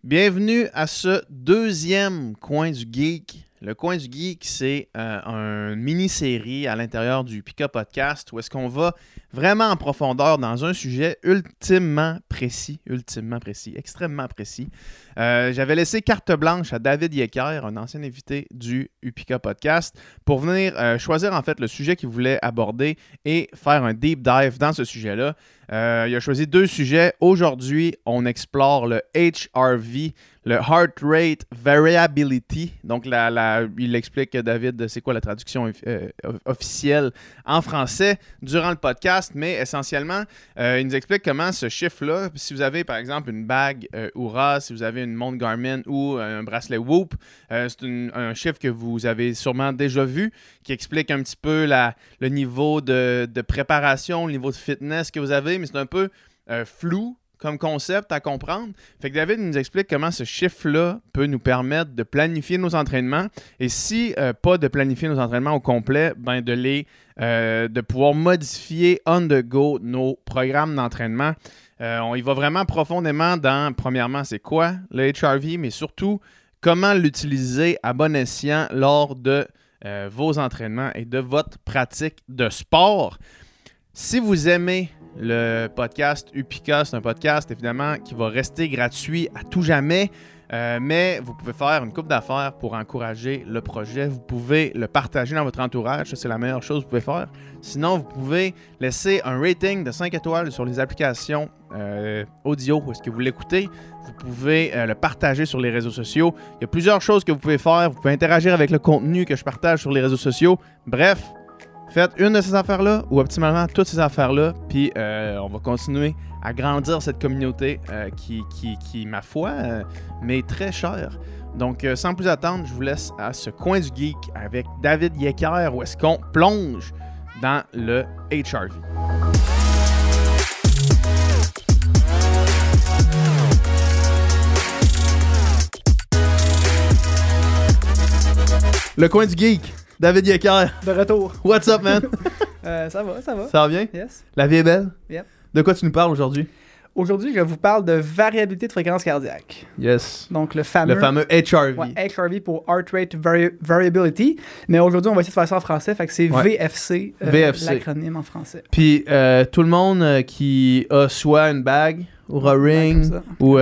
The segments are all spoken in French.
Bienvenue à ce deuxième Coin du Geek. Le Coin du Geek, c'est une mini-série à l'intérieur du Pika Podcast où est-ce qu'on va vraiment en profondeur dans un sujet extrêmement précis. J'avais laissé carte blanche à David Yecker, un ancien invité du Pika Podcast, pour venir choisir en fait le sujet qu'il voulait aborder et faire un deep dive dans ce sujet-là. Il a choisi deux sujets. Aujourd'hui, on explore le HRV, le Heart Rate Variability. Donc, il explique, David, c'est quoi la traduction officielle en français durant le podcast, mais essentiellement, il nous explique comment ce chiffre-là, si vous avez par exemple une bague Oura, si vous avez une montre Garmin ou un bracelet Whoop, c'est un chiffre que vous avez sûrement déjà vu, qui explique un petit peu le niveau de préparation, le niveau de fitness que vous avez, mais c'est un peu flou comme concept à comprendre. Fait que David nous explique comment ce chiffre-là peut nous permettre de planifier nos entraînements et si pas de planifier nos entraînements au complet, ben de pouvoir modifier on the go nos programmes d'entraînement. On y va vraiment profondément dans, premièrement, c'est quoi le HRV, mais surtout, comment l'utiliser à bon escient lors de vos entraînements et de votre pratique de sport. Si vous aimez le podcast Upika, c'est un podcast évidemment qui va rester gratuit à tout jamais, mais vous pouvez faire une couple d'affaires pour encourager le projet. Vous pouvez le partager dans votre entourage, ça c'est la meilleure chose que vous pouvez faire. Sinon, vous pouvez laisser un rating de 5 étoiles sur les applications audio où est-ce que vous l'écoutez. Vous pouvez le partager sur les réseaux sociaux. Il y a plusieurs choses que vous pouvez faire. Vous pouvez interagir avec le contenu que je partage sur les réseaux sociaux. Bref, faites une de ces affaires-là ou optimalement toutes ces affaires-là, puis on va continuer à grandir cette communauté qui ma foi, m'est très chère. Donc, sans plus attendre, je vous laisse à ce Coin du Geek avec David Yecker où est-ce qu'on plonge dans le HRV. Le Coin du Geek. David Yecker. De retour. What's up, man? Ça va. Ça va bien? Yes. La vie est belle? Yep. De quoi tu nous parles aujourd'hui? Aujourd'hui, je vous parle de variabilité de fréquence cardiaque. Yes. Donc, le fameux HRV. Ouais, HRV pour Heart Rate Variability. Mais aujourd'hui, on va essayer de faire ça en français. Fait que c'est VFC, l'acronyme en français. Puis, tout le monde qui a soit une bague, ou un ring, ou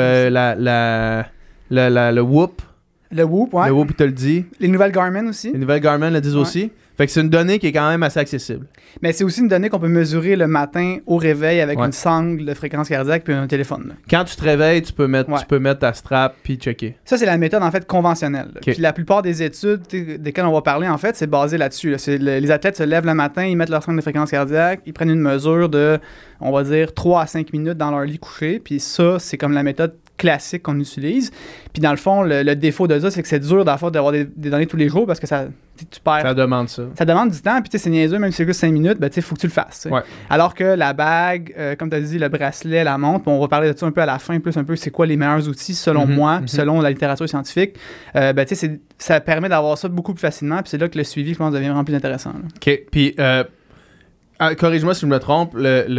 le Whoop. Le Whoop, ouais. Le Whoop, il te le dit. Les nouvelles Garmin aussi. Les nouvelles Garmin le disent aussi. Fait que c'est une donnée qui est quand même assez accessible. Mais c'est aussi une donnée qu'on peut mesurer le matin au réveil avec une sangle de fréquence cardiaque puis un téléphone. Là. Quand tu te réveilles, tu peux mettre ta strap puis checker. Ça, c'est la méthode en fait conventionnelle. Okay. Puis la plupart des études desquelles on va parler, en fait, c'est basé là-dessus. Là. Les athlètes se lèvent le matin, ils mettent leur sangle de fréquence cardiaque, ils prennent une mesure de, on va dire, 3 à 5 minutes dans leur lit couché. Puis ça, c'est comme la méthode classique qu'on utilise. Puis dans le fond, le défaut de ça, c'est que c'est dur d'avoir des données tous les jours parce que tu perds. Ça demande ça. Ça demande du temps. Puis tu sais, c'est niaiseux, même si c'est juste 5 minutes, ben tu sais, faut que tu le fasses. Ouais. Alors que la bague, comme tu as dit, le bracelet, la montre, on va parler de ça un peu à la fin, plus un peu c'est quoi les meilleurs outils selon moi, puis selon la littérature scientifique. Ben tu sais, ça permet d'avoir ça beaucoup plus facilement. Puis c'est là que le suivi, je pense, devient vraiment plus intéressant. Là. OK. Puis, corrige-moi si je me trompe,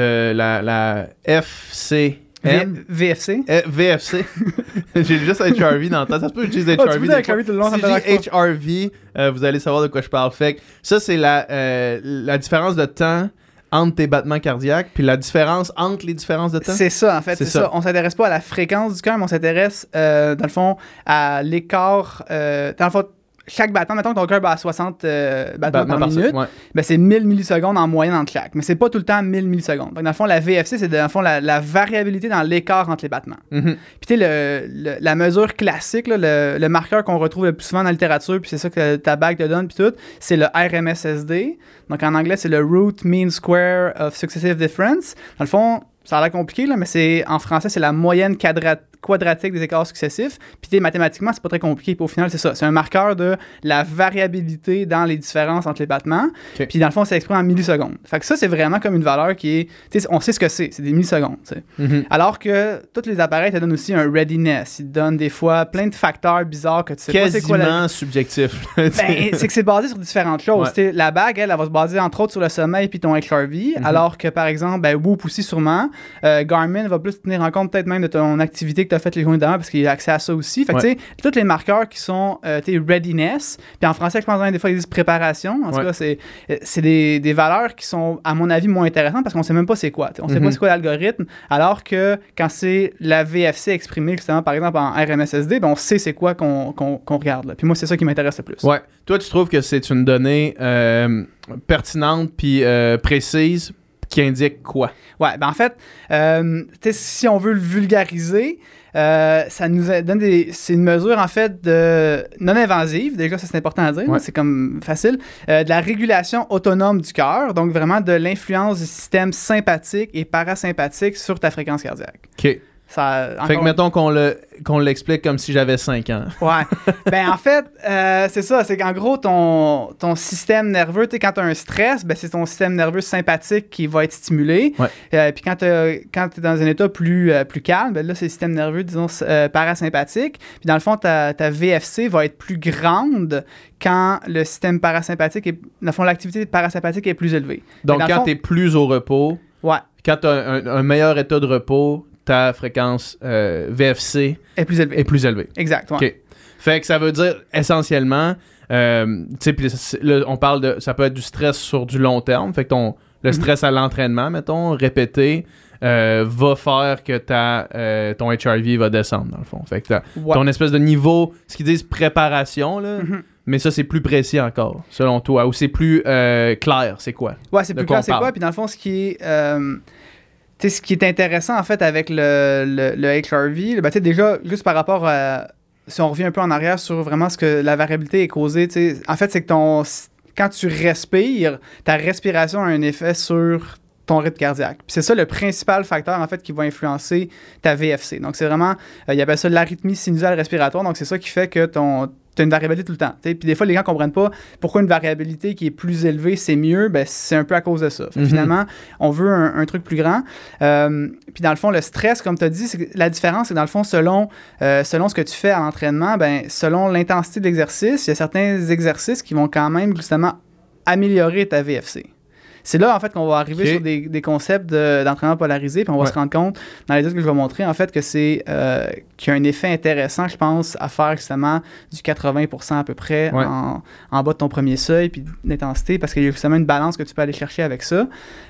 la FC... VFC? VFC. J'ai juste HRV dans le temps. Ça se peut que je dise HRV. HRV tout le long, si je dis HRV, vous allez savoir de quoi je parle. Fait que ça, c'est la différence de temps entre tes battements cardiaques, puis la différence entre les différences de temps. C'est ça, en fait. C'est ça. On s'intéresse pas à la fréquence du cœur, mais on s'intéresse, dans le fond, à l'écart. Dans le fond, chaque battement, mettons que ton cœur bat à 60 battements par minute, ben c'est 1000 millisecondes en moyenne entre chaque. Mais c'est pas tout le temps 1000 millisecondes. Donc, dans le fond, la VFC, c'est dans le fond la variabilité dans l'écart entre les battements. Puis tu sais, la mesure classique, là, le marqueur qu'on retrouve le plus souvent dans la littérature, puis c'est ça que ta bague te donne, puis tout, c'est le RMSSD. Donc en anglais, c'est le Root Mean Square of Successive Difference. Dans le fond, ça a l'air compliqué, là, mais en français, c'est la moyenne quadratique des écarts successifs. Puis mathématiquement, c'est pas très compliqué. Puis au final, c'est ça. C'est un marqueur de la variabilité dans les différences entre les battements. Okay. Puis dans le fond, ça exprime en millisecondes. Fait que ça, c'est vraiment comme une valeur qui est... On sait ce que c'est. C'est des millisecondes. Alors que tous les appareils te donnent aussi un readiness. Ils te donnent des fois plein de facteurs bizarres que tu sais pas c'est quoi. Quasiment subjectif. C'est que c'est basé sur différentes choses. Ouais. La bague, elle va se baser entre autres sur le sommeil puis ton HRV. Alors que par exemple, Whoop aussi sûrement. Garmin va plus tenir en compte peut-être même de ton activité que tu as fait les journées d'avant parce qu'il y a accès à ça aussi. Fait que, tu sais, tous les marqueurs qui sont readiness, puis en français, je pense que des fois, ils disent préparation. En tout cas, c'est des valeurs qui sont, à mon avis, moins intéressantes parce qu'on sait même pas c'est quoi. On sait pas c'est quoi l'algorithme, alors que quand c'est la VFC exprimée, justement, par exemple, en RMSSD, ben, on sait c'est quoi qu'on regarde. Là. Puis moi, c'est ça qui m'intéresse le plus. Ouais. Toi, tu trouves que c'est une donnée pertinente puis précise qui indique quoi? Ouais, ben en fait, si on veut le vulgariser, ça nous donne c'est une mesure en fait de non invasive, déjà ça c'est important à dire, c'est comme facile, de la régulation autonome du cœur, donc vraiment de l'influence du système sympathique et parasympathique sur ta fréquence cardiaque. OK. Fait que mettons qu'on l'explique comme si j'avais 5 ans. Ouais. Ben en fait, c'est ça. C'est qu'en gros, ton système nerveux, tu sais, quand tu as un stress, ben c'est ton système nerveux sympathique qui va être stimulé. Ouais. Puis quand tu es dans un état plus calme, ben là, c'est le système nerveux, disons, parasympathique. Puis dans le fond, ta VFC va être plus grande quand le système parasympathique dans le fond, l'activité parasympathique est plus élevée. Donc quand tu es plus au repos, quand tu as un meilleur état de repos, ta fréquence VFC est plus élevée. Exact, ouais. OK. Fait que ça veut dire essentiellement, tu sais, on parle de, ça peut être du stress sur du long terme, fait que le stress à l'entraînement, mettons, répété, va faire que ton HRV va descendre, dans le fond. Fait que ton espèce de niveau, ce qu'ils disent préparation, là, mais ça, c'est plus précis encore, selon toi, ou c'est plus clair, c'est quoi? Ouais, c'est plus clair, c'est quoi? Puis dans le fond, ce qui est intéressant, en fait, avec le HRV, ben, déjà, juste par rapport à... Si on revient un peu en arrière sur vraiment ce que la variabilité est causée, en fait, c'est que quand tu respires, ta respiration a un effet sur ton rythme cardiaque. Puis c'est ça le principal facteur, en fait, qui va influencer ta VFC. Donc, c'est vraiment... ils appellent ça l'arythmie sinusale respiratoire. Donc, c'est ça qui fait que t'as une variabilité tout le temps. Puis des fois, les gens ne comprennent pas pourquoi une variabilité qui est plus élevée, c'est mieux. Ben, c'est un peu à cause de ça. Finalement, on veut un truc plus grand. Puis dans le fond, le stress, comme tu as dit, la différence, c'est dans le fond, selon ce que tu fais à l'entraînement, ben, selon l'intensité de l'exercice, il y a certains exercices qui vont quand même, justement, améliorer ta VFC. C'est là, en fait, qu'on va arriver sur des concepts d'entraînement polarisé, puis on va se rendre compte, dans les autres que je vais montrer, en fait, que qu'il y a un effet intéressant, je pense, à faire justement du 80% à peu près en bas de ton premier seuil, puis d'intensité, parce qu'il y a justement une balance que tu peux aller chercher avec ça.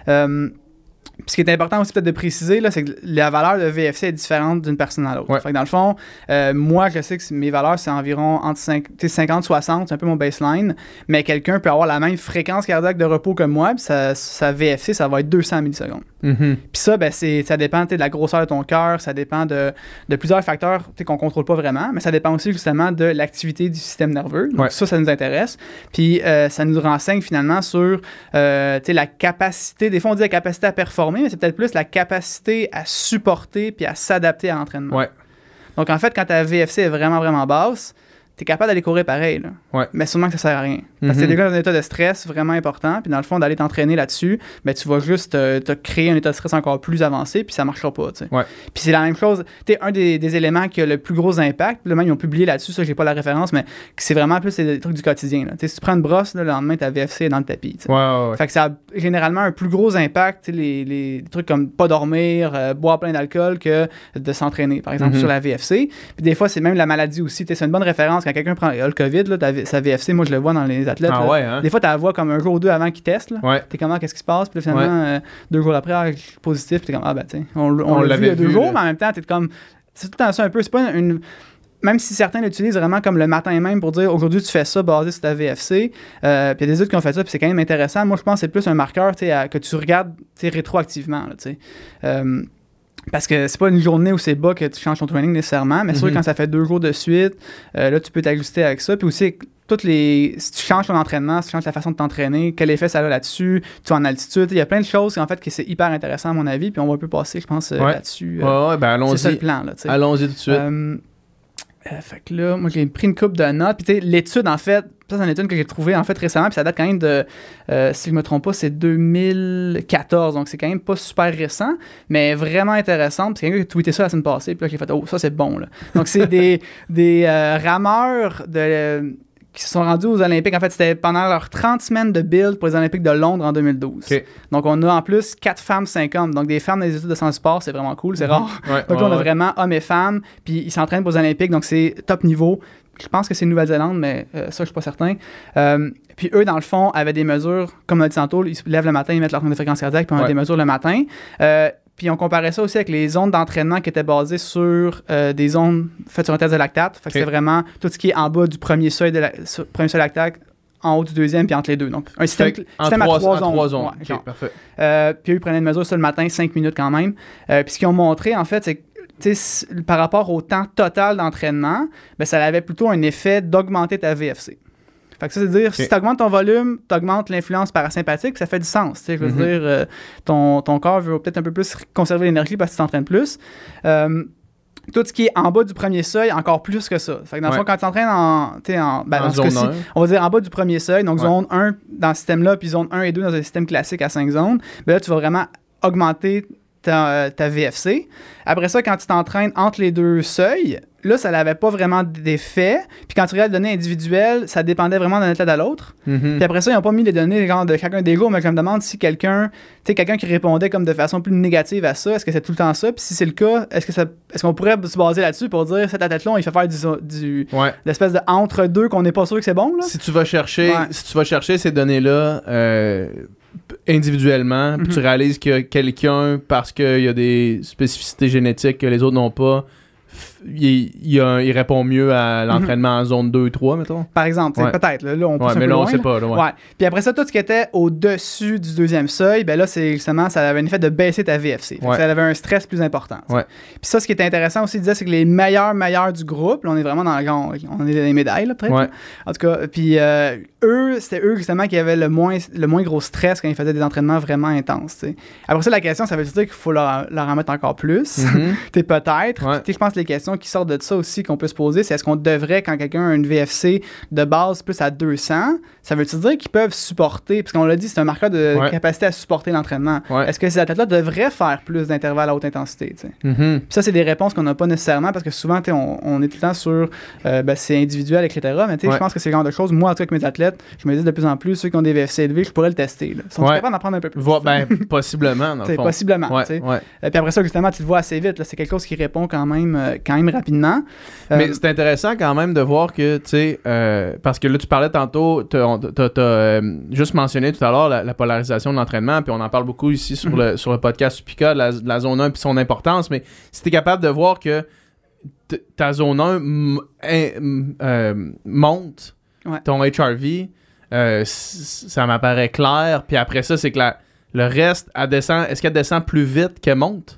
Puis ce qui est important aussi peut-être de préciser, là, c'est que la valeur de VFC est différente d'une personne à l'autre. Fait que dans le fond, moi, je sais que mes valeurs, c'est environ entre 50-60, c'est un peu mon baseline, mais quelqu'un peut avoir la même fréquence cardiaque de repos que moi, puis sa VFC, ça va être 200 millisecondes. Puis ça, ben, ça dépend de la grosseur de ton cœur, ça dépend de plusieurs facteurs qu'on ne contrôle pas vraiment, mais ça dépend aussi justement de l'activité du système nerveux. Donc ça nous intéresse. Puis ça nous renseigne finalement sur la capacité, des fois on dit la capacité à performer, mais c'est peut-être plus la capacité à supporter puis à s'adapter à l'entraînement. Ouais. Donc, en fait, quand ta VFC est vraiment, vraiment basse, tu es capable d'aller courir pareil. Là. Mais sûrement que ça sert à rien. Parce que c'est déjà un état de stress vraiment important. Puis dans le fond, d'aller t'entraîner là-dessus, ben, tu vas juste te créer un état de stress encore plus avancé, puis ça ne marchera pas. Puis c'est la même chose. Un des éléments qui a le plus gros impact, puis même ils ont publié là-dessus, ça, j'ai pas la référence, mais c'est vraiment plus des trucs du quotidien. Là. Si tu prends une brosse, là, le lendemain, ta VFC est dans le tapis. Fait que ça a généralement un plus gros impact, les trucs comme pas dormir, boire plein d'alcool, que de s'entraîner, par exemple, sur la VFC. Puis des fois, c'est même la maladie aussi. C'est une bonne référence. Quand quelqu'un prend le COVID, là, sa VFC, moi je le vois dans les athlètes. Des fois, tu la vois comme un jour ou deux avant qu'ils testent. T'es comme, qu'est-ce qui se passe? Puis là, finalement, 2 jours après, positif. Puis t'es comme, ben, tiens, on l'a vu il y a 2 jours, mais en même temps, t'es comme. C'est tout le temps ça un peu. C'est pas une. Même si certains l'utilisent vraiment comme le matin même pour dire aujourd'hui tu fais ça basé sur ta VFC, puis il y a des autres qui ont fait ça, puis c'est quand même intéressant. Moi, je pense que c'est plus un marqueur que tu regardes rétroactivement. Là, parce que c'est pas une journée où c'est bas que tu changes ton training nécessairement, mais sûr quand ça fait 2 jours de suite, là tu peux t'ajuster avec ça. Puis aussi, si tu changes ton entraînement, si tu changes la façon de t'entraîner, quel effet ça a là-dessus, tu es en altitude, il y a plein de choses en fait que c'est hyper intéressant à mon avis, puis on va un peu passer, je pense, là-dessus. Ben allons-y. C'est ça le plan. Là, allons-y tout de suite. Fait que là, moi j'ai pris une coupe de notes. Puis tu sais, l'étude en fait, ça c'est une étude que j'ai trouvée en fait récemment, puis ça date quand même de, si je me trompe pas, c'est 2014, donc c'est quand même pas super récent, mais vraiment intéressante. C'est quelqu'un qui a tweeté ça la semaine passée, puis là j'ai fait, oh ça c'est bon là. Donc c'est des rameurs qui se sont rendus aux Olympiques. En fait, c'était pendant leurs 30 semaines de build pour les Olympiques de Londres en 2012. Okay. Donc, on a en plus 4 femmes, 5 hommes. Donc, des femmes dans les études de sciences du sport, c'est vraiment cool, c'est rare. Donc là, on a vraiment hommes et femmes, puis ils s'entraînent pour les Olympiques, donc c'est top niveau. Je pense que c'est Nouvelle-Zélande, mais ça, je suis pas certain. Puis eux, dans le fond, avaient des mesures, comme on a dit tantôt, ils se lèvent le matin, ils mettent leur de fréquence cardiaque, puis on a des mesures le matin. Puis on comparait ça aussi avec les zones d'entraînement qui étaient basées sur des zones faites sur un test de lactate. Fait que c'est vraiment tout ce qui est en bas du premier seuil lactate, en haut du deuxième, puis entre les deux. Donc, un système à 3 zones. Ouais, parfait. Puis eux, ils prenaient une mesure sur le matin, 5 minutes quand même. Puis ce qu'ils ont montré, en fait, c'est que par rapport au temps total d'entraînement, ben, ça avait plutôt un effet d'augmenter ta VFC. Fait que ça, c'est dire, si tu augmentes ton volume, tu augmentes l'influence parasympathique, ça fait du sens. Je veux dire, ton corps veut peut-être un peu plus conserver l'énergie parce que tu t'entraînes plus. Tout ce qui est en bas du premier seuil, encore plus que ça. Fait que dans le fond, quand tu t'entraînes dans ce cas-ci, on va dire en bas du premier seuil, donc zone 1 dans ce système-là, puis zone 1 et 2 dans un système classique à 5 zones, ben là, tu vas vraiment augmenter ta VFC. Après ça, quand tu t'entraînes entre les deux seuils, là, ça n'avait pas vraiment d'effet. Puis quand tu regardes les données individuelles, ça dépendait vraiment d'un athlète à l'autre. Puis après ça, ils n'ont pas mis les données de chacun des groupes, mais je me demande si quelqu'un qui répondait comme de façon plus négative à ça, est-ce que c'est tout le temps ça? Puis si c'est le cas, est-ce qu'on pourrait se baser là-dessus pour dire cet athlète-là, il fait faire l'espèce de entre-deux qu'on n'est pas sûr que c'est bon? Là? Si tu vas chercher ces données-là individuellement, puis tu réalises que quelqu'un, parce qu'il y a des spécificités génétiques que les autres n'ont pas, il répond mieux à l'entraînement en zone 2 ou 3, mettons. Par exemple, peut-être. Là, on pousse un peu là, loin, on sait pas. Là, Puis après ça, tout ce qui était au-dessus du deuxième seuil, ben là, c'est justement, ça avait un effet de baisser ta VFC. Ça avait un stress plus important. Puis ça, ce qui est intéressant aussi, c'est que les meilleurs du groupe, là, on est vraiment on est dans les médailles, là, peut-être. En tout cas, puis c'était eux, justement, qui avaient le moins gros stress quand ils faisaient des entraînements vraiment intenses. T'sais. Après ça, la question, ça veut dire qu'il faut leur en mettre encore plus. Peut-être. Je pense que les questions qui sortent de ça aussi qu'on peut se poser, c'est est-ce qu'on devrait, quand quelqu'un a une VFC de base plus à 200, ça veut-tu dire qu'ils peuvent supporter, parce qu'on l'a dit, c'est un marqueur de capacité à supporter l'entraînement. Est-ce que ces athlètes-là devraient faire plus d'intervalles à haute intensité? Puis ça, c'est des réponses qu'on n'a pas nécessairement, parce que souvent, on est tout le temps sur c'est individuel, etc. Mais je pense que c'est le genre de choses, moi, en tout cas, avec mes athlètes, je me dis de plus en plus, ceux qui ont des VFC élevés, je pourrais le tester. Là. Sont capables d'en prendre un peu plus. Possiblement, dans le fond. Possiblement. Puis après ça, justement, tu le vois assez vite. Là, c'est quelque chose qui répond quand même rapidement. Mais c'est intéressant quand même de voir que, tu sais, parce que là, tu parlais tantôt, t'as juste mentionné tout à l'heure la polarisation de l'entraînement, puis on en parle beaucoup ici sur le podcast Upika, de la zone 1 puis son importance, mais si t'es capable de voir que ta zone 1 monte, ton HRV, ça m'apparaît clair, puis après ça, c'est que le reste, est-ce qu'elle descend plus vite qu'elle monte?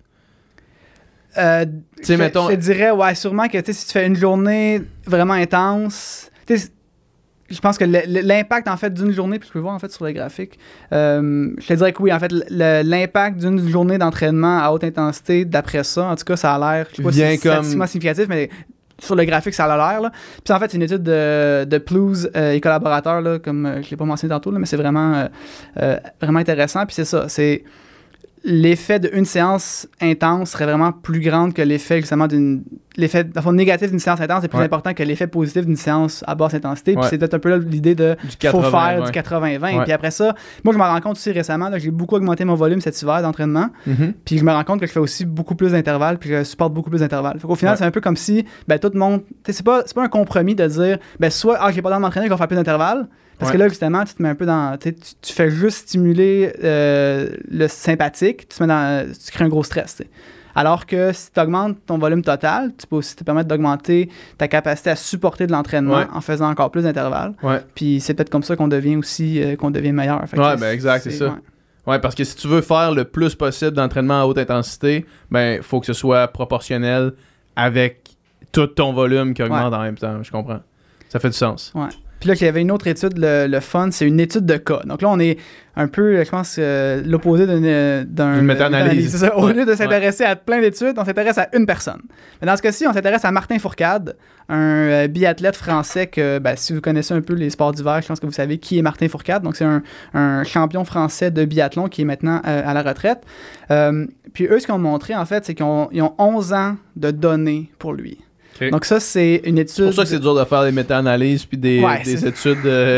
Je te dirais, sûrement que si tu fais une journée vraiment intense, je pense que l'impact en fait d'une journée, puis je peux voir en fait sur le graphique, je te dirais que oui, en fait, l'impact d'une journée d'entraînement à haute intensité, d'après ça, en tout cas, ça a l'air, je sais pas si c'est statistiquement significatif, mais sur le graphique, ça a l'air. Là. Puis en fait, c'est une étude de Plouse et collaborateurs, là, comme je ne l'ai pas mentionné tantôt, là, mais c'est vraiment intéressant. Puis c'est ça, c'est l'effet d'une séance intense serait vraiment plus grande que l'effet justement l'effet négatif d'une séance intense est plus important que l'effet positif d'une séance à basse intensité. Puis c'est peut-être un peu là l'idée de faut faire du 80-20. Puis après ça, moi je me rends compte aussi récemment, là, j'ai beaucoup augmenté mon volume cet hiver d'entraînement. Puis je me rends compte que je fais aussi beaucoup plus d'intervalles, puis je supporte beaucoup plus d'intervalles. Fait qu'au final, c'est un peu comme si tout le monde, c'est pas un compromis de dire soit j'ai pas le temps de m'entraîner, qu'on va faire plus d'intervalles. Parce que là, justement, tu te mets un peu dans... Tu fais juste stimuler le sympathique, tu crées un gros stress. T'sais. Alors que si tu augmentes ton volume total, tu peux aussi te permettre d'augmenter ta capacité à supporter de l'entraînement en faisant encore plus d'intervalles. Puis c'est peut-être comme ça qu'on devient aussi meilleur. Exact, c'est ça. Ouais, parce que si tu veux faire le plus possible d'entraînement à haute intensité, il faut que ce soit proportionnel avec tout ton volume qui augmente en même temps. Je comprends. Ça fait du sens. Ouais. Puis là, il y avait une autre étude, le fun, c'est une étude de cas. Donc là, on est un peu, je pense, l'opposé d'une méta-analyse. C'est ça. Au lieu de s'intéresser à plein d'études, on s'intéresse à une personne. Mais dans ce cas-ci, on s'intéresse à Martin Fourcade, un biathlète français que, si vous connaissez un peu les sports d'hiver, je pense que vous savez qui est Martin Fourcade. Donc c'est un champion français de biathlon qui est maintenant à la retraite. Puis eux, ce qu'ils ont montré, en fait, c'est qu'ils ont 11 ans de données pour lui. Okay. Donc ça, c'est une étude... C'est pour ça que c'est dur de faire des méta-analyses puis des études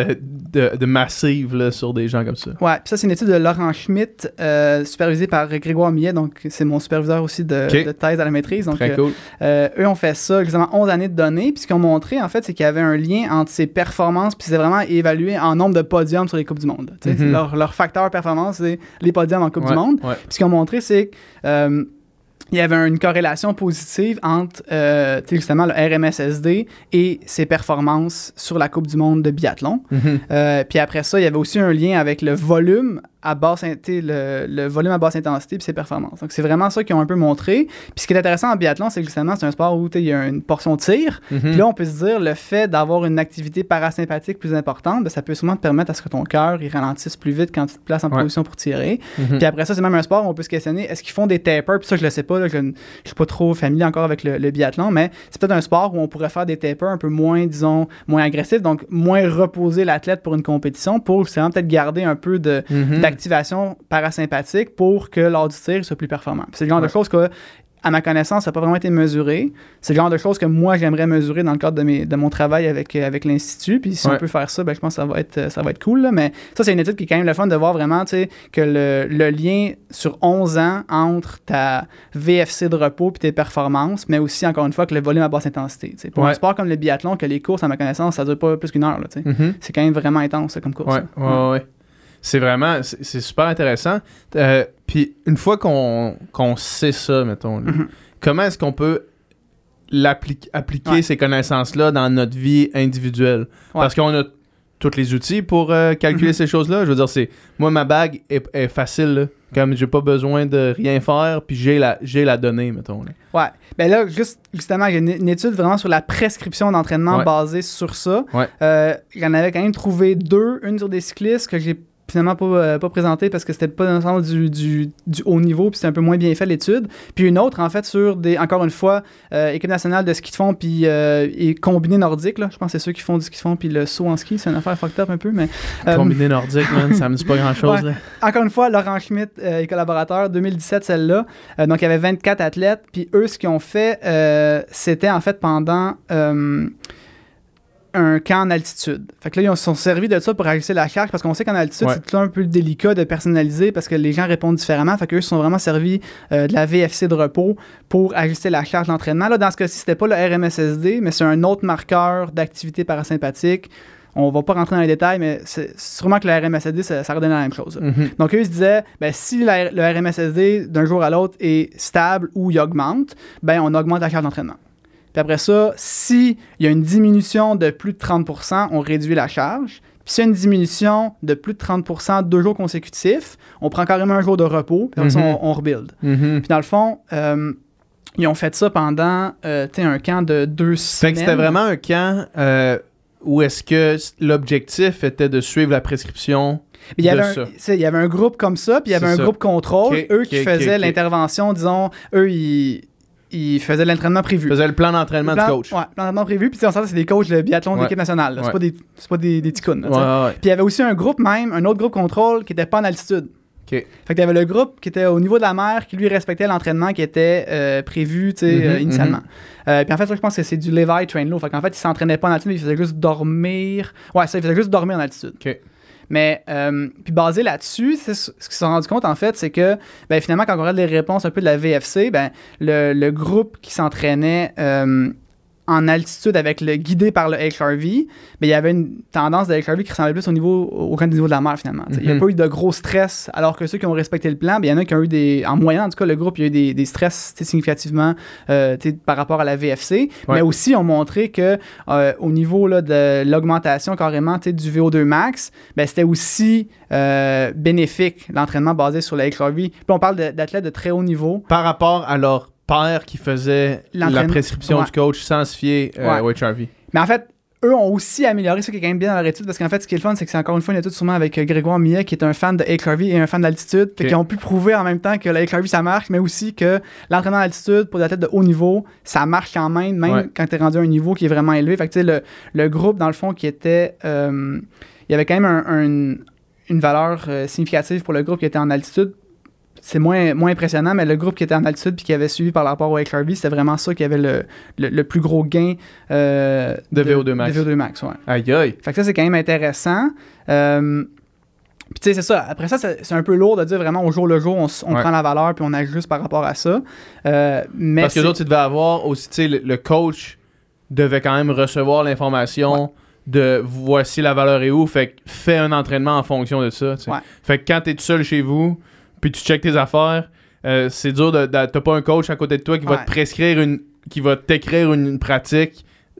de massives là, sur des gens comme ça. Ouais, puis ça, c'est une étude de Laurent Schmitt, supervisée par Grégoire Millet, donc c'est mon superviseur aussi de thèse à la maîtrise. Donc, très cool. Eux ont fait ça, exactement 11 années de données, puis ce qu'ils ont montré, en fait, c'est qu'il y avait un lien entre ses performances, puis c'est vraiment évalué en nombre de podiums sur les Coupes du Monde. Leur facteur performance, c'est les podiums en Coupe du Monde. Puis ce qu'ils ont montré, c'est que... il y avait une corrélation positive entre justement le RMSSD et ses performances sur la Coupe du monde de biathlon. Puis après ça, il y avait aussi un lien avec le volume à basse le volume à basse intensité puis ses performances. Donc c'est vraiment ça qu'ils ont un peu montré. Puis ce qui est intéressant en biathlon, c'est que justement c'est un sport où il y a une portion tir. Puis là on peut se dire le fait d'avoir une activité parasympathique plus importante, ben, ça peut souvent te permettre à ce que ton cœur il ralentisse plus vite quand tu te places en position pour tirer. Puis après ça, c'est même un sport où on peut se questionner, est-ce qu'ils font des tapers? Puis ça je le sais pas, là, je suis pas trop familier encore avec le biathlon, mais c'est peut-être un sport où on pourrait faire des tapers un peu moins, disons, moins agressifs, donc moins reposer l'athlète pour une compétition pour justement peut-être garder un peu d'activation parasympathique pour que lors du tir, il soit plus performant. Puis c'est le genre de choses que, à ma connaissance, ça n'a pas vraiment été mesuré. C'est le genre de choses que moi, j'aimerais mesurer dans le cadre de mon travail avec l'Institut. Puis si on peut faire ça, ben, je pense que ça va être cool. Là. Mais ça, c'est une étude qui est quand même le fun de voir vraiment que le lien sur 11 ans entre ta VFC de repos et tes performances, mais aussi, encore une fois, que le volume à basse intensité. T'sais. Pour un sport comme le biathlon, que les courses, à ma connaissance, ça ne dure pas plus qu'une heure. Là, c'est quand même vraiment intense ça, comme course. Ouais. C'est vraiment... C'est super intéressant. Puis une fois qu'on sait ça, mettons, là, comment est-ce qu'on peut appliquer ces connaissances-là dans notre vie individuelle? Parce qu'on a tous les outils pour calculer ces choses-là. Je veux dire, moi, ma bague est facile, là. Comme j'ai pas besoin de rien faire, puis j'ai la donnée, mettons. Là. Ouais. Ben là, justement, il y a une étude vraiment sur la prescription d'entraînement basée sur ça. J'en avais quand même trouvé 2, une sur des cyclistes que j'ai finalement pas présenté parce que c'était pas dans le sens du haut niveau puis c'était un peu moins bien fait l'étude. Puis une autre en fait sur encore une fois équipe nationale de ski de fond puis et combiné nordique là. Je pense que c'est ceux qui font du ski de fond puis le saut en ski, c'est une affaire fucked up un peu mais combiné nordique man, ça me dit pas grand-chose là. Encore une fois, Laurent Schmitt et collaborateurs 2017 celle-là. Donc il y avait 24 athlètes puis eux ce qu'ils ont fait c'était en fait pendant un camp en altitude. Fait que là, ils se sont servis de ça pour ajuster la charge parce qu'on sait qu'en altitude, c'est tout un peu délicat de personnaliser parce que les gens répondent différemment. Fait qu'eux se sont vraiment servis de la VFC de repos pour ajuster la charge d'entraînement. Là, dans ce cas-ci, c'était pas le RMSSD, mais c'est un autre marqueur d'activité parasympathique. On va pas rentrer dans les détails, mais c'est sûrement que le RMSSD, ça redonne la même chose. Donc, eux, ils se disaient, ben, si le RMSSD, d'un jour à l'autre, est stable ou il augmente, ben, on augmente la charge d'entraînement. Puis après ça, s'il y a une diminution de plus de 30%, on réduit la charge. Puis s'il y a une diminution de plus de 30% 2 jours consécutifs, on prend carrément un jour de repos, puis après ça, on rebuild. Puis dans le fond, ils ont fait ça pendant un camp de 2 semaines. Fait que c'était vraiment un camp où est-ce que l'objectif était de suivre la prescription il y avait un groupe comme ça, puis il y avait un groupe contrôle. Eux qui faisaient l'intervention, disons, eux, ils faisaient l'entraînement prévu. Ils faisaient le plan d'entraînement du coach. Ouais, plan d'entraînement prévu. Puis on sait c'est des coachs de biathlon de l'équipe nationale. C'est pas des ticounes. Puis il y avait aussi un autre groupe contrôle qui n'était pas en altitude. Fait qu'il y avait le groupe qui était au niveau de la mer qui lui respectait l'entraînement qui était prévu initialement. Puis en fait, ça, je pense que c'est du Levi Train Low. Fait qu'en fait, il s'entraînait pas en altitude, il faisait juste dormir. Ouais, ça, il faisait juste dormir en altitude. Mais puis basé là-dessus, ce qu'ils se sont rendus compte, en fait, c'est que ben, finalement, quand on regarde les réponses un peu de la VFC, ben, le groupe qui s'entraînait en altitude avec le guidé par le HRV, ben, il y avait une tendance de HRV qui ressemblait plus au niveau de la mer, finalement. Il n'y a pas eu de gros stress, alors que ceux qui ont respecté le plan, ben, il y en a qui ont eu en moyenne, en tout cas, le groupe, il y a eu des stress significativement par rapport à la VFC, mais aussi ont montré que au niveau là, de l'augmentation carrément du VO2 max, ben, c'était aussi bénéfique, l'entraînement basé sur le HRV. Puis on parle d'athlètes de très haut niveau. Par rapport à leur père qui faisait la prescription du coach sans se fier au HRV. Mais en fait, eux ont aussi amélioré ça qui est quand même bien dans leur étude parce qu'en fait, ce qui est le fun, c'est que c'est encore une fois une étude sûrement avec Grégoire Millet qui est un fan de HRV et un fan d'altitude. Fait qu'ils ont pu prouver en même temps que le HRV ça marche, mais aussi que l'entraînement d'altitude pour des athlètes de haut niveau, ça marche quand même quand tu es rendu à un niveau qui est vraiment élevé. Fait que tu sais, le groupe, dans le fond, qui était. Il y avait quand même une valeur significative pour le groupe qui était en altitude. c'est moins impressionnant, mais le groupe qui était en altitude puis qui avait suivi par rapport au HRV, c'était vraiment ça qui avait le plus gros gain de VO2 max. De VO2 max, ouais. Aïe aïe. Fait que ça, c'est quand même intéressant. Puis tu sais, c'est ça. Après ça, c'est un peu lourd de dire vraiment au jour le jour, on prend la valeur puis on ajuste par rapport à ça. Mais parce que d'autres, tu devais avoir aussi, tu sais, le coach devait quand même recevoir l'information de voici la valeur est où. Fait que fais un entraînement en fonction de ça. Ouais. Fait que quand t'es tout seul chez vous puis tu checkes tes affaires, c'est dur t'as pas un coach à côté de toi qui va te prescrire qui va t'écrire une pratique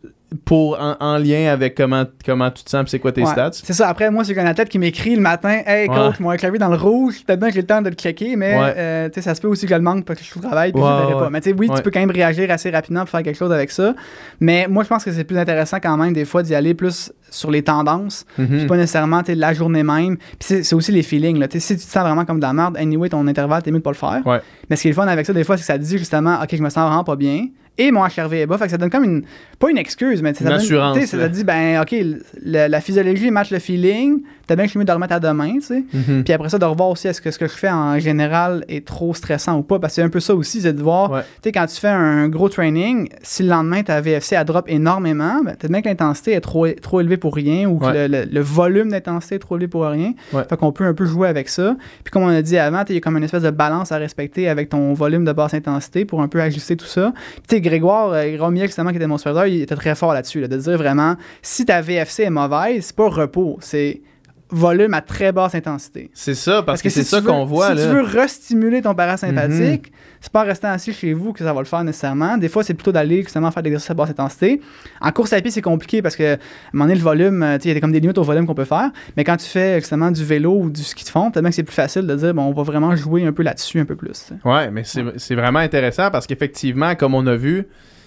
en lien avec comment tu te sens et c'est quoi tes stats. C'est ça. Après, moi, c'est qu'un athlète qui m'écrit le matin « Hey, coach, mon clavier dans le rouge, peut-être bien que j'ai le temps de le checker, mais ça se peut aussi que je le manque parce que je suis au travail puis je le verrai pas. » Mais tu sais, tu peux quand même réagir assez rapidement pour faire quelque chose avec ça. Mais moi, je pense que c'est plus intéressant quand même des fois d'y aller plus sur les tendances, puis pas nécessairement la journée même. Puis c'est aussi les feelings. Là. Si tu te sens vraiment comme de la merde, anyway, ton intervalle, t'es mieux de pas le faire. Ouais. Mais ce qui est le fun avec ça, des fois, c'est que ça te dit justement « Ok, je me sens vraiment pas bien. » Et mon HRV est bas, fait que ça donne comme pas une excuse, mais une assurance. Ça te dit, ben, OK, la physiologie match le feeling, t'as bien que je suis mieux de remettre à demain, tu sais. Puis après ça, de revoir aussi est-ce que ce que je fais en général est trop stressant ou pas, parce que c'est un peu ça aussi, c'est de voir, tu sais, quand tu fais un gros training, si le lendemain ta VFC elle drop énormément, ben, t'as bien que l'intensité est trop élevée pour rien ou que le volume d'intensité est trop élevé pour rien. Fait qu'on peut un peu jouer avec ça. Puis comme on a dit avant, il y a comme une espèce de balance à respecter avec ton volume de basse intensité pour un peu ajuster tout ça. Puis Grégoire Miel, justement, qui était mon superviseur, il était très fort là-dessus, de dire vraiment, si ta VFC est mauvaise, c'est pas repos, c'est volume à très basse intensité. C'est ça, parce que c'est ça qu'on voit. Si tu veux restimuler ton parasympathique, c'est pas en restant assis chez vous que ça va le faire nécessairement. Des fois, c'est plutôt d'aller justement faire des exercices à basse intensité. En course à pied, c'est compliqué parce que, à un moment donné, le volume, il y a comme des limites au volume qu'on peut faire. Mais quand tu fais justement du vélo ou du ski de fond, peut-être que c'est plus facile de dire, bon, on va vraiment jouer un peu là-dessus un peu plus. Ouais, mais c'est vraiment intéressant parce qu'effectivement, comme on a vu,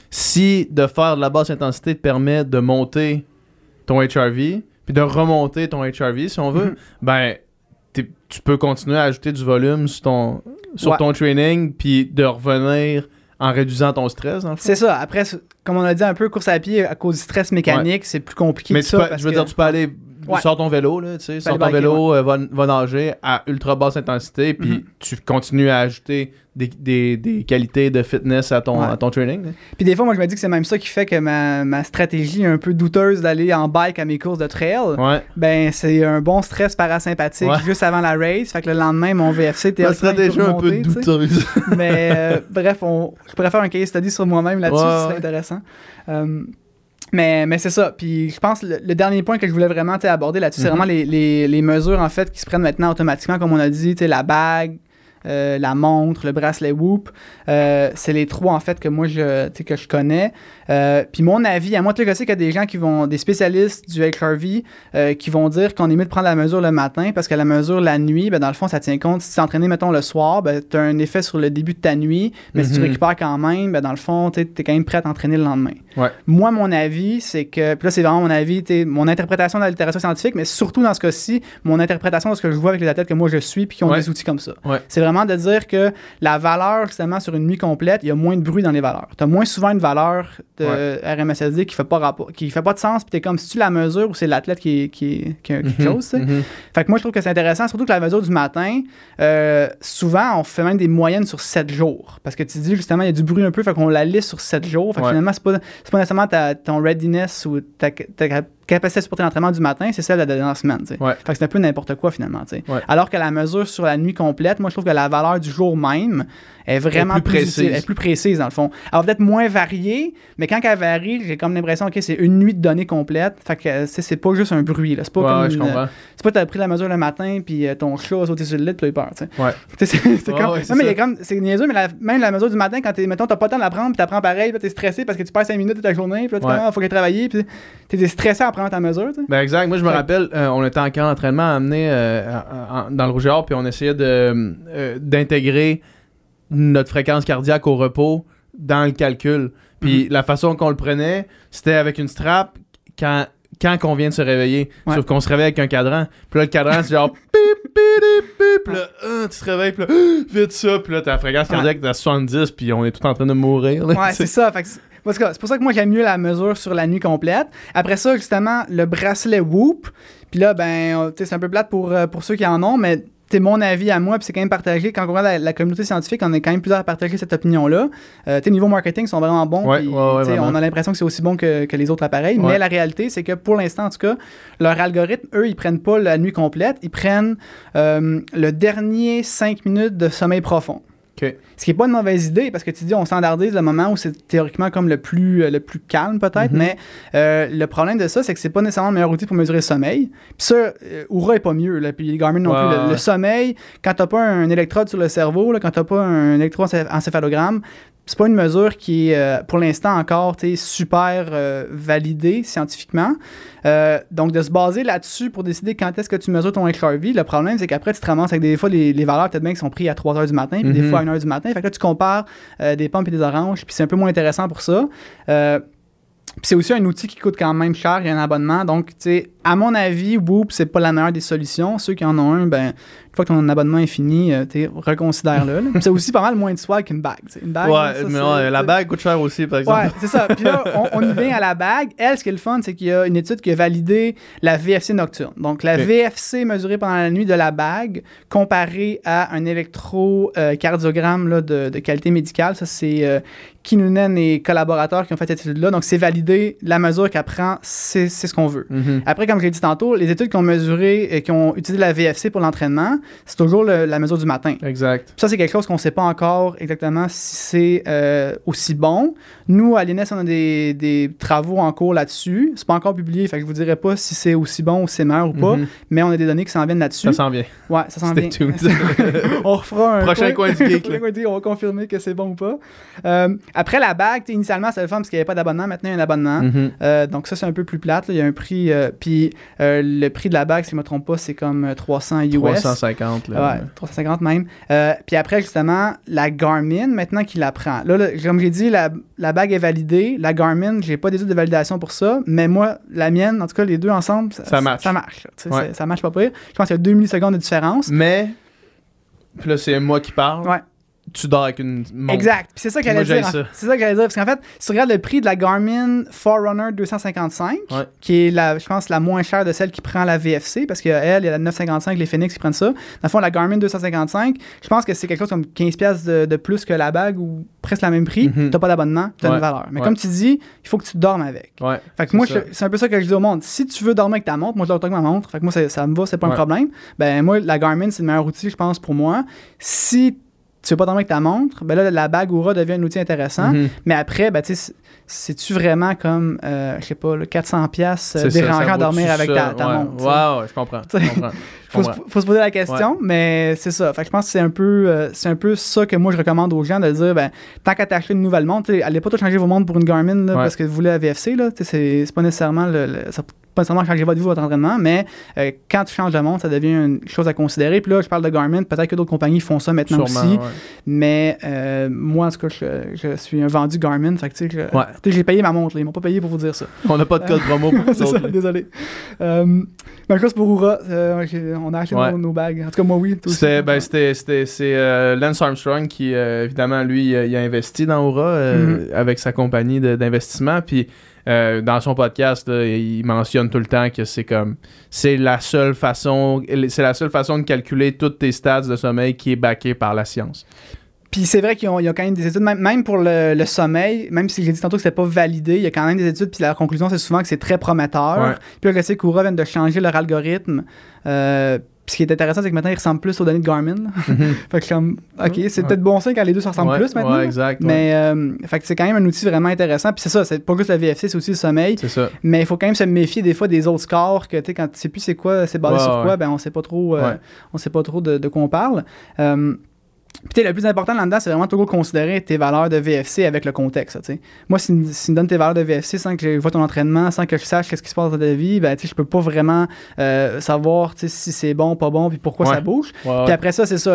si de faire de la basse intensité te permet de monter ton HRV, puis de remonter ton HRV, si on veut, ben, tu peux continuer à ajouter du volume sur ton training, puis de revenir en réduisant ton stress. C'est ça. Après, comme on a dit un peu, course à pied, à cause du stress mécanique, c'est plus compliqué que ça. Je veux dire, tu peux aller... Sors ton vélo, là, tu sais, sors ton vélo, va nager à ultra basse intensité, puis tu continues à ajouter des qualités de fitness à ton training. Là. Puis des fois, moi, je me dis que c'est même ça qui fait que ma stratégie est un peu douteuse d'aller en bike à mes courses de trail. Ouais. Ben, c'est un bon stress parasympathique juste avant la race. Fait que le lendemain, mon VFC était ma stratégie un peu douteuse. Mais bref, je pourrais faire un case study sur moi-même là-dessus, ce serait intéressant. Mais c'est ça. Puis je pense le dernier point que je voulais vraiment aborder là-dessus, c'est vraiment les mesures en fait qui se prennent maintenant automatiquement, comme on a dit, la bague, la montre, le bracelet Whoop. C'est les trois en fait que moi que je connais. Puis mon avis, à moi, tu sais qu'il y a des gens des spécialistes du HRV qui vont dire qu'on est mieux de prendre la mesure le matin parce que la mesure la nuit, ben, dans le fond, ça tient compte. Si tu t'es entraîné, mettons, le soir, ben, tu as un effet sur le début de ta nuit, mais si tu récupères quand même, ben, dans le fond, tu es quand même prêt à t'entraîner le lendemain. Ouais. Moi, mon avis, c'est que, puis là, c'est vraiment mon avis, mon interprétation de la littérature scientifique, mais surtout dans ce cas-ci, mon interprétation de ce que je vois avec les athlètes que moi je suis puis qui ont des outils comme ça. Ouais. C'est vraiment de dire que la valeur, justement, sur une nuit complète, il y a moins de bruit dans les valeurs. Tu as moins souvent une valeur de RMSSD qui fait pas de sens, puis t'es comme si tu la mesure ou c'est l'athlète qui a quelque chose. Fait que moi, je trouve que c'est intéressant, surtout que la mesure du matin, souvent, on fait même des moyennes sur 7 jours. Parce que tu dis, justement, il y a du bruit un peu, fait qu'on la lisse sur 7 jours. Fait que finalement, c'est pas nécessairement ton readiness ou ta capacité à supporter l'entraînement du matin, c'est celle de la dernière semaine. Fait que c'est un peu n'importe quoi, finalement. Alors que la mesure sur la nuit complète, moi, je trouve que la valeur du jour même est vraiment plus précise, dans le fond. Elle va peut-être moins variée, mais quand elle varie, j'ai comme l'impression que c'est une nuit de données complète. Fait que c'est pas juste un bruit. Là. C'est pas comme c'est pas que t'as pris la mesure le matin, puis ton chat a sauté sur le lit, puis là, il peur. C'est niaiseux, mais même la mesure du matin, quand mettons, t'as pas le temps de la prendre, puis t'apprends pareil, puis t'es stressé parce que tu perds 5 minutes de ta journée, puis là, tu faut qu'elle travaille, puis t'es stressé à prendre ta mesure. T'sais. Ben exact. Moi, je me rappelle, on était en camp d'entraînement amené dans le Rouge et Or, puis on essayait d'intégrer notre fréquence cardiaque au repos dans le calcul. Puis la façon qu'on le prenait, c'était avec une strap quand on vient de se réveiller. Sauf qu'on se réveille avec un cadran. Puis là, le cadran, c'est genre pip, pip, pip. Puis là, tu te réveilles, puis là, vite ça. Puis là, ta fréquence cardiaque est à 70, puis on est tout en train de mourir. Là, c'est ça. Fait que c'est pour ça que moi, j'aime mieux la mesure sur la nuit complète. Après ça, justement, le bracelet Whoop. Puis là, ben, c'est un peu plate pour ceux qui en ont, mais mon avis à moi, puis c'est quand même partagé. Quand on regarde la communauté scientifique, on est quand même plusieurs à partager cette opinion-là. Niveau marketing, ils sont vraiment bons. On a l'impression que c'est aussi bon que les autres appareils. Mais la réalité, c'est que pour l'instant, en tout cas, leur algorithme, eux, ils prennent pas la nuit complète. Ils prennent le dernier 5 minutes de sommeil profond. Okay. Ce qui n'est pas une mauvaise idée, parce que tu dis, on standardise le moment où c'est théoriquement comme le plus calme, peut-être, mais le problème de ça, c'est que c'est pas nécessairement le meilleur outil pour mesurer le sommeil. Puis ça, Oura est pas mieux, là, puis Garmin non plus. Le sommeil, quand t'as pas un électrode sur le cerveau, là, quand t'as pas un électroencéphalogramme, c'est pas une mesure qui est, pour l'instant, encore super validée scientifiquement. Donc, de se baser là-dessus pour décider quand est-ce que tu mesures ton HRV, le problème, c'est qu'après, tu te ramasses avec des fois les valeurs peut-être bien qui sont prises à 3 h du matin, puis des fois à 1 h du matin. Fait que là, tu compares des pommes et des oranges, puis c'est un peu moins intéressant pour ça. Puis c'est aussi un outil qui coûte quand même cher, il y a un abonnement. Donc, tu sais, à mon avis, Whoop, c'est pas la meilleure des solutions. Ceux qui en ont un, ben, une fois que ton abonnement est fini, reconsidère-le. C'est aussi pas mal moins de swag qu'une bague. Une bague, la bague coûte cher aussi, par exemple. Ouais, c'est ça. Puis là, on y vient à la bague. Elle, ce qui est le fun, c'est qu'il y a une étude qui a validé la VFC nocturne. Donc, la VFC mesurée pendant la nuit de la bague comparée à un électrocardiogramme de qualité médicale. Ça, c'est Kinnunen et collaborateurs qui ont fait cette étude-là. Donc, c'est validé. La mesure qu'elle prend, c'est ce qu'on veut. Après, comme je l'ai dit tantôt, les études qui ont mesuré et qui ont utilisé la VFC pour l'entraînement, c'est toujours la mesure du matin. Exact. Puis ça, c'est quelque chose qu'on ne sait pas encore exactement si c'est aussi bon. Nous, à l'INES, on a des travaux en cours là-dessus. C'est pas encore publié, fait que je vous dirai pas si c'est aussi bon ou si c'est meilleur ou pas, mais on a des données qui s'en viennent là-dessus. Ça s'en vient. Ouais, ça s'en vient. On refera un prochain coin du geek. On va confirmer que c'est bon ou pas. Après, la bague, initialement, c'était le fun parce qu'il n'y avait pas d'abonnement. Maintenant, il y a un abonnement. Donc ça, c'est un peu plus plate. Là. Il y a un prix... puis le prix de la bague, si je ne me trompe pas, c'est comme 300 US. 350. Là. Ouais, 350 même. Puis après, justement, la Garmin, maintenant qu'il la prend. Là, comme j'ai dit, la bague est validée. La Garmin, j'ai pas d'études de validation pour ça. Mais moi, la mienne, en tout cas, les deux ensemble, ça marche. Ça marche. Ça marche pas pire. Je pense qu'il y a 2 millisecondes de différence. Mais, puis là, c'est moi qui parle. Ouais. Tu dors avec une montre. Exact. Puis c'est ça que j'allais dire. C'est ça que j'allais dire. Parce qu'en fait, si tu regardes le prix de la Garmin Forerunner 255, qui est, je pense, la moins chère de celle qui prend la VFC, parce qu'elle, il y a la 955, les Phoenix qui prennent ça. Dans le fond, la Garmin 255, je pense que c'est quelque chose comme 15$ de plus que la bague ou presque le même prix. T'as pas d'abonnement, t'as une valeur. Mais comme tu dis, il faut que tu dormes avec. Fait que moi, c'est un peu ça que je dis au monde. Si tu veux dormir avec ta montre, moi, je dors avec ma montre. Fait que moi, ça me va, c'est pas un problème. Ben moi, la Garmin, c'est le meilleur outil, je pense, pour moi. Si tu veux pas dormir avec ta montre, ben là, la bague Oura devient un outil intéressant. Mais après, ben, tu sais, c'est-tu vraiment comme, je sais pas, 400$ dérangeant à dormir avec ta montre? Ouais, je comprends. Faut se poser la question, mais c'est ça. Fait que je pense que c'est un peu ça que moi, je recommande aux gens de dire, ben, tant qu'à t'acheter une nouvelle montre, allez pas tout changer vos montres pour une Garmin là, parce que vous voulez la VFC, là, c'est pas nécessairement pas nécessairement changer votre vie, votre entraînement, mais quand tu changes de montre, ça devient une chose à considérer. Puis là, je parle de Garmin, peut-être que d'autres compagnies font ça maintenant aussi. Mais moi, en tout cas, je suis un vendu Garmin. Fait que tu sais, j'ai payé ma montre. Là, ils m'ont pas payé pour vous dire ça. On n'a pas de code promo pour c'est ça, désolé. Mais chose pour Oura, on a acheté nos bagues. En tout cas, moi, oui. C'est Lance Armstrong qui, évidemment, lui, il a investi dans Oura avec sa compagnie d'investissement. Puis dans son podcast, là, il mentionne tout le temps que c'est la seule façon de calculer toutes tes stats de sommeil qui est backée par la science. Puis c'est vrai qu'il y a quand même des études, même pour le sommeil, même si j'ai dit tantôt que c'était pas validé, il y a quand même des études, puis la conclusion, c'est souvent que c'est très prometteur. Puis là, je sais qu'Oura vient de changer leur algorithme. Puis ce qui est intéressant, c'est que maintenant, ils ressemblent plus aux données de Garmin. Fait que OK, c'est peut-être bon signe quand les deux se ressemblent plus maintenant. Ouais, exact. Mais fait que c'est quand même un outil vraiment intéressant. Puis c'est ça, c'est pas juste la VFC, c'est aussi le sommeil. C'est ça. Mais il faut quand même se méfier des fois des autres scores que, tu sais, quand tu sais plus c'est quoi, c'est basé sur quoi, ben on sait pas trop, de quoi on parle. Puis le plus important là-dedans, c'est vraiment toujours considérer tes valeurs de VFC avec le contexte. T'sais. Moi, si tu me donnes tes valeurs de VFC sans que je vois ton entraînement, sans que je sache ce qui se passe dans ta vie, ben, je peux pas vraiment savoir si c'est bon, pas bon, puis pourquoi ça bouge. Puis après ça, c'est ça.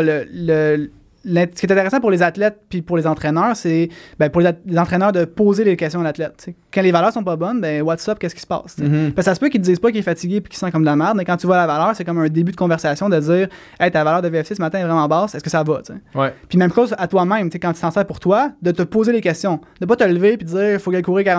Ce qui est intéressant pour les athlètes puis pour les entraîneurs, c'est pour les entraîneurs de poser les questions à l'athlète. T'sais. Quand les valeurs sont pas bonnes, ben what's up, qu'est-ce qui se passe? Parce que ça se peut qu'ils te disent pas qu'il est fatigué puis qu'il sent comme de la merde, mais quand tu vois la valeur, c'est comme un début de conversation de dire hey, ta valeur de VFC ce matin est vraiment basse, est-ce que ça va? Puis même chose à toi-même, quand tu t'en sers pour toi, de te poser les questions. De pas te lever puis de dire faut qu'elle courir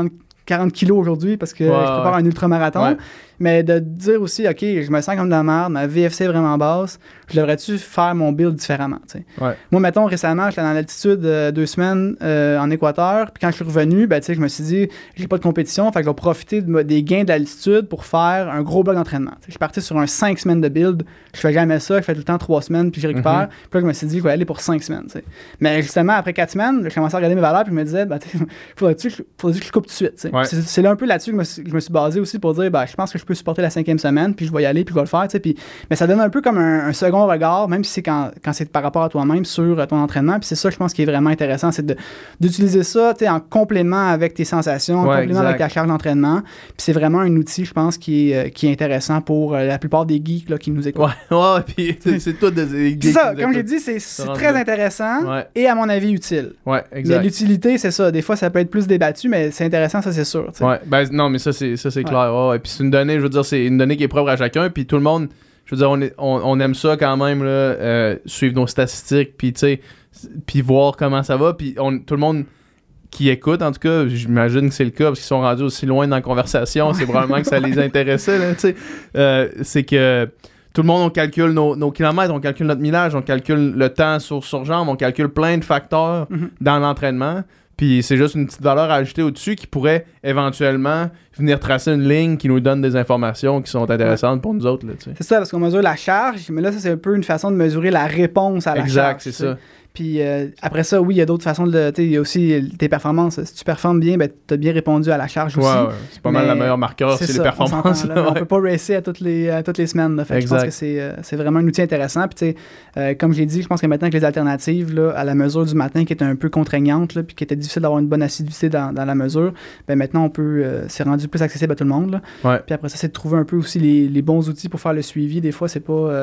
40 kilos aujourd'hui parce que je prépare un ultramarathon. Ouais. Mais de dire aussi, OK, je me sens comme de la merde, ma VFC est vraiment basse, je devrais-tu faire mon build différemment, tu sais. Ouais. Moi, mettons, récemment, j'étais dans l'altitude 2 semaines en Équateur, puis quand je suis revenu, ben, tu sais, je me suis dit, j'ai pas de compétition, fait que je vais profiter des gains de l'altitude pour faire un gros bloc d'entraînement. Je suis parti sur un 5 semaines de build, je fais jamais ça, je fais tout le temps 3 semaines, puis je récupère, puis là, je me suis dit, je vais aller pour 5 semaines, tu sais. Mais justement, après 4 semaines, je commençais à regarder mes valeurs, puis je me disais, ben, faudrait-tu que je coupe tout de suite, tu sais. Ouais. C'est là un peu là-dessus que je me suis basé aussi pour dire, ben, je pense que je peux supporter la 5e semaine, puis je vais y aller, puis je vais le faire, tu sais. Puis, mais ça donne un peu comme un second regard, même si c'est quand c'est par rapport à toi-même sur ton entraînement. Puis c'est ça, je pense, qui est vraiment intéressant, c'est d'utiliser ça, tu sais, en complément avec tes sensations, en complément avec ta charge d'entraînement. Puis c'est vraiment un outil, je pense, qui est intéressant pour la plupart des geeks là, qui nous écoutent. Ouais, puis c'est tout des geeks. C'est ça, comme j'ai dit, c'est très intéressant et à mon avis utile. Ouais, exact. Mais l'utilité, c'est ça. Des fois, ça peut être plus débattu, mais c'est intéressant, ça, c'est sûr. T'sais. Ouais, ben non, mais ça, c'est clair. Ouais. Puis c'est une donnée, je veux dire, c'est une donnée qui est propre à chacun, puis tout le monde, je veux dire, on aime ça quand même, là, suivre nos statistiques, puis tu sais, puis voir comment ça va, puis tout le monde qui écoute, en tout cas, j'imagine que c'est le cas, parce qu'ils sont rendus aussi loin dans la conversation, c'est probablement que ça les intéressait, là, tu sais, c'est que tout le monde, on calcule nos kilomètres, on calcule notre millage, on calcule le temps sur jambe, on calcule plein de facteurs dans l'entraînement. Puis c'est juste une petite valeur à ajouter au-dessus qui pourrait éventuellement venir tracer une ligne qui nous donne des informations qui sont intéressantes pour nous autres. Là, tu sais. C'est ça, parce qu'on mesure la charge, mais là, ça, c'est un peu une façon de mesurer la réponse à la charge. Exact, c'est ça. Puis après ça, oui, il y a d'autres façons de... Il y a aussi tes performances. Si tu performes bien, ben, tu as bien répondu à la charge aussi. Ouais. C'est pas mal la meilleure marqueur, c'est les performances. On peut pas racer à toutes les semaines. Là. Fait je pense que c'est vraiment un outil intéressant. Puis comme je l'ai dit, je pense que maintenant que les alternatives là, à la mesure du matin qui était un peu contraignante, là, puis qui était difficile d'avoir une bonne assiduité dans la mesure, ben maintenant, c'est rendu plus accessible à tout le monde. Là. Ouais. Puis après ça, c'est de trouver un peu aussi les bons outils pour faire le suivi. Des fois, c'est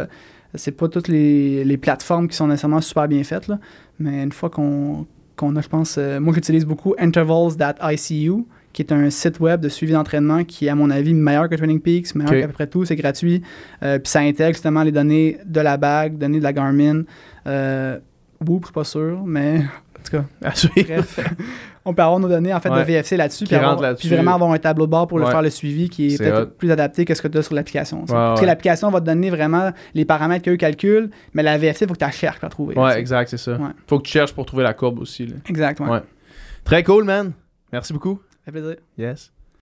pas toutes les plateformes qui sont nécessairement super bien faites, là. Mais une fois qu'on a, je pense... moi, j'utilise beaucoup intervals.icu, qui est un site web de suivi d'entraînement qui est, à mon avis, meilleur que Training Peaks, meilleur qu'à peu près tout, c'est gratuit. Puis ça intègre justement les données de la bague, données de la Garmin. Whoop, je suis pas sûr, mais... En tout cas, bref, on peut avoir nos données en fait de VFC là-dessus, puis vraiment avoir un tableau de bord pour faire le suivi qui est peut-être plus adapté que ce que tu as sur l'application. Parce que l'application va te donner vraiment les paramètres qu'eux calculent, mais la VFC, il faut que tu la cherches pour la trouver. Ouais, exact, c'est ça. Faut que tu cherches pour trouver la courbe aussi. Là. Exact, ouais. Très cool, man. Merci beaucoup. Ça fait plaisir. Yes.